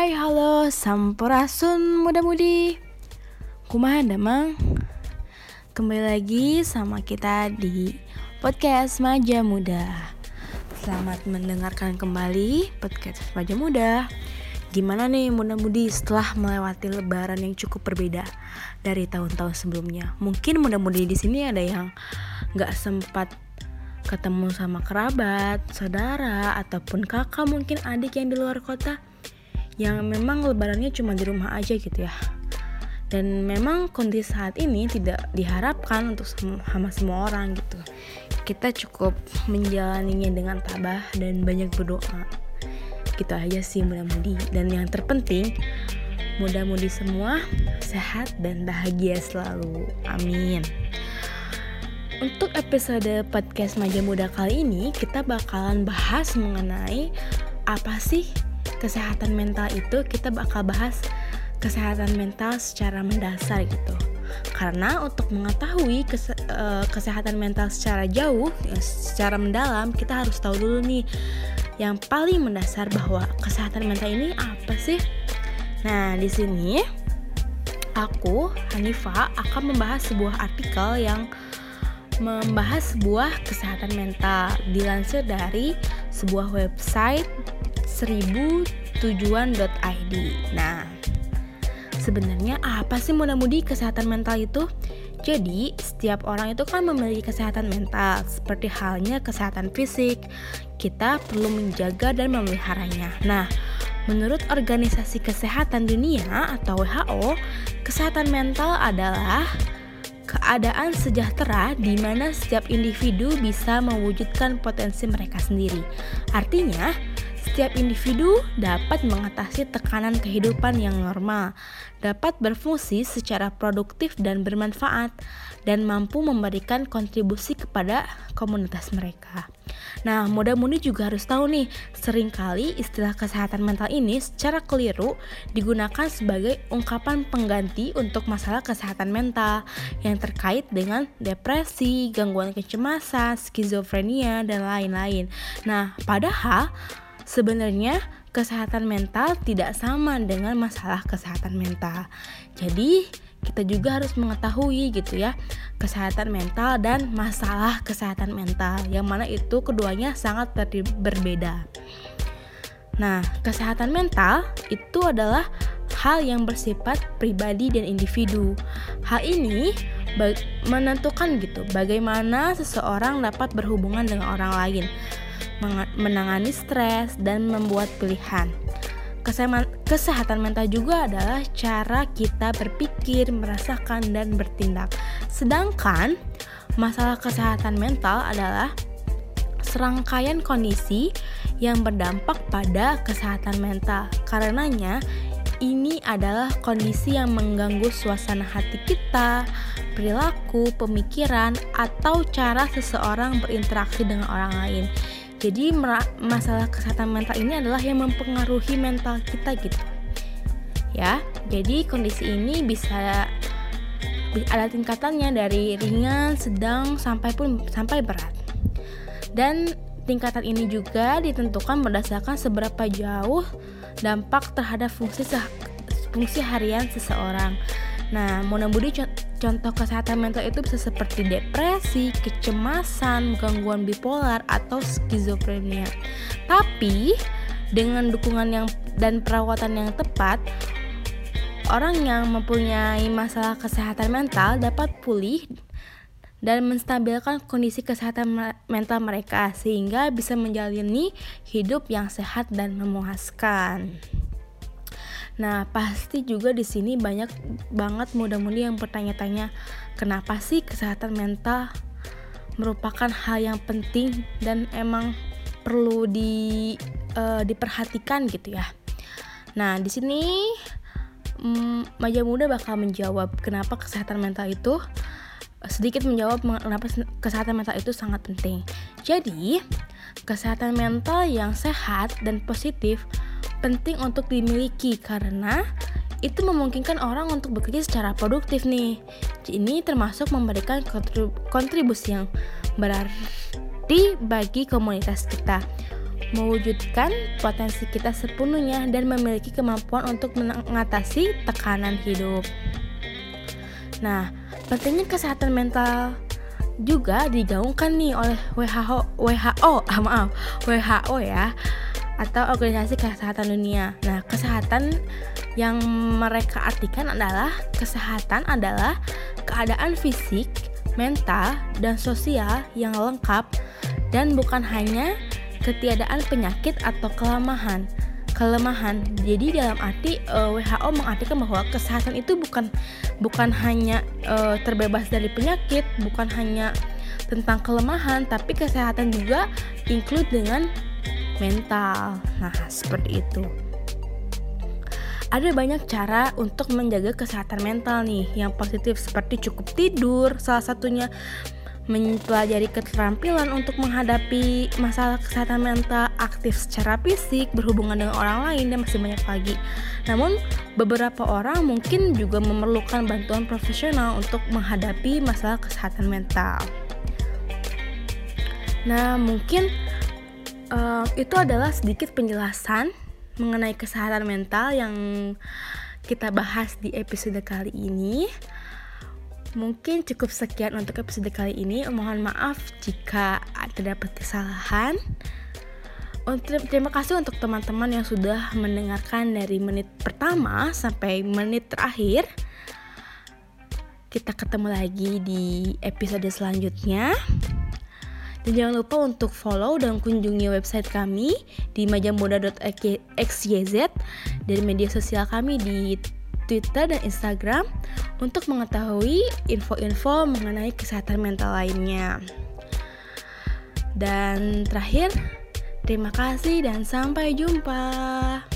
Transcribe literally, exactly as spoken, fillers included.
Hai, halo, sampurasun muda-mudi. Kumaha damang? Kembali lagi sama kita di podcast Maja Muda. Selamat mendengarkan kembali podcast Maja Muda. Gimana nih muda-mudi setelah melewati lebaran yang cukup berbeda dari tahun-tahun sebelumnya? Mungkin muda-mudi di sini ada yang nggak sempat ketemu sama kerabat, saudara, ataupun kakak, mungkin adik yang di luar kota, yang memang lebarannya cuma di rumah aja gitu ya. Dan memang kondisi saat ini tidak diharapkan untuk sama semua orang gitu. Kita cukup menjalaninya dengan tabah dan banyak berdoa. Gitu aja sih mudah-mudi. Dan yang terpenting, mudah-mudi semua sehat dan bahagia selalu. Amin. Untuk episode podcast Maja Muda kali ini, kita bakalan bahas mengenai apa sih kesehatan mental itu. Kita bakal bahas kesehatan mental secara mendasar gitu. Karena untuk mengetahui kese- uh, kesehatan mental secara jauh, ya, secara mendalam, kita harus tahu dulu nih yang paling mendasar bahwa kesehatan mental ini apa sih? Nah, di sini aku, Hanifa, akan membahas sebuah artikel yang membahas sebuah kesehatan mental dilansir dari sebuah website seribu tujuan dot i d. Nah, sebenarnya apa sih muda-mudi kesehatan mental itu? Jadi, setiap orang itu kan memiliki kesehatan mental, seperti halnya kesehatan fisik. Kita perlu menjaga dan memeliharanya. Nah, menurut Organisasi Kesehatan Dunia atau W H O, kesehatan mental adalah keadaan sejahtera di mana setiap individu bisa mewujudkan potensi mereka sendiri. Artinya, setiap individu dapat mengatasi tekanan kehidupan yang normal, dapat berfungsi secara produktif dan bermanfaat, dan mampu memberikan kontribusi kepada komunitas mereka. Nah, muda-mudi juga harus tahu nih, seringkali istilah kesehatan mental ini secara keliru digunakan sebagai ungkapan pengganti untuk masalah kesehatan mental yang terkait dengan depresi, gangguan kecemasan, skizofrenia, dan lain-lain. Nah, padahal sebenarnya kesehatan mental tidak sama dengan masalah kesehatan mental. Jadi kita juga harus mengetahui gitu ya, kesehatan mental dan masalah kesehatan mental, yang mana itu keduanya sangat ter- berbeda. Nah, kesehatan mental itu adalah hal yang bersifat pribadi dan individu. Hal ini ba- menentukan gitu bagaimana seseorang dapat berhubungan dengan orang lain, menangani stres, dan membuat pilihan. Kesehatan mental juga adalah cara kita berpikir, merasakan, dan bertindak. Sedangkan masalah kesehatan mental adalah serangkaian kondisi yang berdampak pada kesehatan mental. Karenanya, ini adalah kondisi yang mengganggu suasana hati kita, perilaku, pemikiran, atau cara seseorang berinteraksi dengan orang lain. Jadi masalah kesehatan mental ini adalah yang mempengaruhi mental kita gitu. Ya, jadi kondisi ini bisa ada tingkatannya dari ringan, sedang, sampai pun sampai berat. Dan tingkatan ini juga ditentukan berdasarkan seberapa jauh dampak terhadap fungsi fungsi harian seseorang. Nah, mudah-mudi contoh kesehatan mental itu bisa seperti depresi, kecemasan, gangguan bipolar, atau skizofrenia. Tapi dengan dukungan yang dan perawatan yang tepat, orang yang mempunyai masalah kesehatan mental dapat pulih dan menstabilkan kondisi kesehatan mental mereka sehingga bisa menjalani hidup yang sehat dan memuaskan. Nah, pasti juga di sini banyak banget muda-mudi yang bertanya-tanya, kenapa sih kesehatan mental merupakan hal yang penting dan emang perlu di uh, diperhatikan gitu ya. Nah, di sini um, Maja Muda bakal menjawab kenapa kesehatan mental itu sedikit menjawab kenapa kesehatan mental itu sangat penting. Jadi, kesehatan mental yang sehat dan positif penting untuk dimiliki karena itu memungkinkan orang untuk bekerja secara produktif nih. Ini termasuk memberikan kontribusi yang berarti bagi komunitas kita. mewujudkan potensi kita sepenuhnya dan memiliki kemampuan untuk mengatasi tekanan hidup. Nah, pentingnya kesehatan mental juga digaungkan nih oleh W H O, W H O, ah, maaf, W H O ya, atau Organisasi Kesehatan Dunia. Nah, kesehatan yang mereka artikan adalah kesehatan adalah keadaan fisik, mental, dan sosial yang lengkap dan bukan hanya ketiadaan penyakit atau kelemahan. Kelemahan. Jadi dalam arti uh, W H O mengartikan bahwa kesehatan itu bukan bukan hanya uh, terbebas dari penyakit, bukan hanya tentang kelemahan, tapi kesehatan juga include dengan mental. Nah, seperti itu. Ada banyak cara untuk menjaga kesehatan mental nih yang positif, seperti cukup tidur, salah satunya mempelajari keterampilan untuk menghadapi masalah kesehatan mental, aktif secara fisik, berhubungan dengan orang lain, dan masih banyak lagi. Namun, beberapa orang mungkin juga memerlukan bantuan profesional untuk menghadapi masalah kesehatan mental. Nah, mungkin uh, itu adalah sedikit penjelasan mengenai kesehatan mental yang kita bahas di episode kali ini. Mungkin cukup sekian untuk episode kali ini. Mohon maaf jika terdapat kesalahan. Terima kasih untuk teman-teman yang sudah mendengarkan dari menit pertama sampai menit terakhir. Kita ketemu lagi di episode selanjutnya. Dan jangan lupa untuk follow dan kunjungi website kami di majamuda dot x y z dan media sosial kami di Twitter dan Instagram untuk mengetahui info-info mengenai kesehatan mental lainnya. Dan terakhir, terima kasih dan sampai jumpa.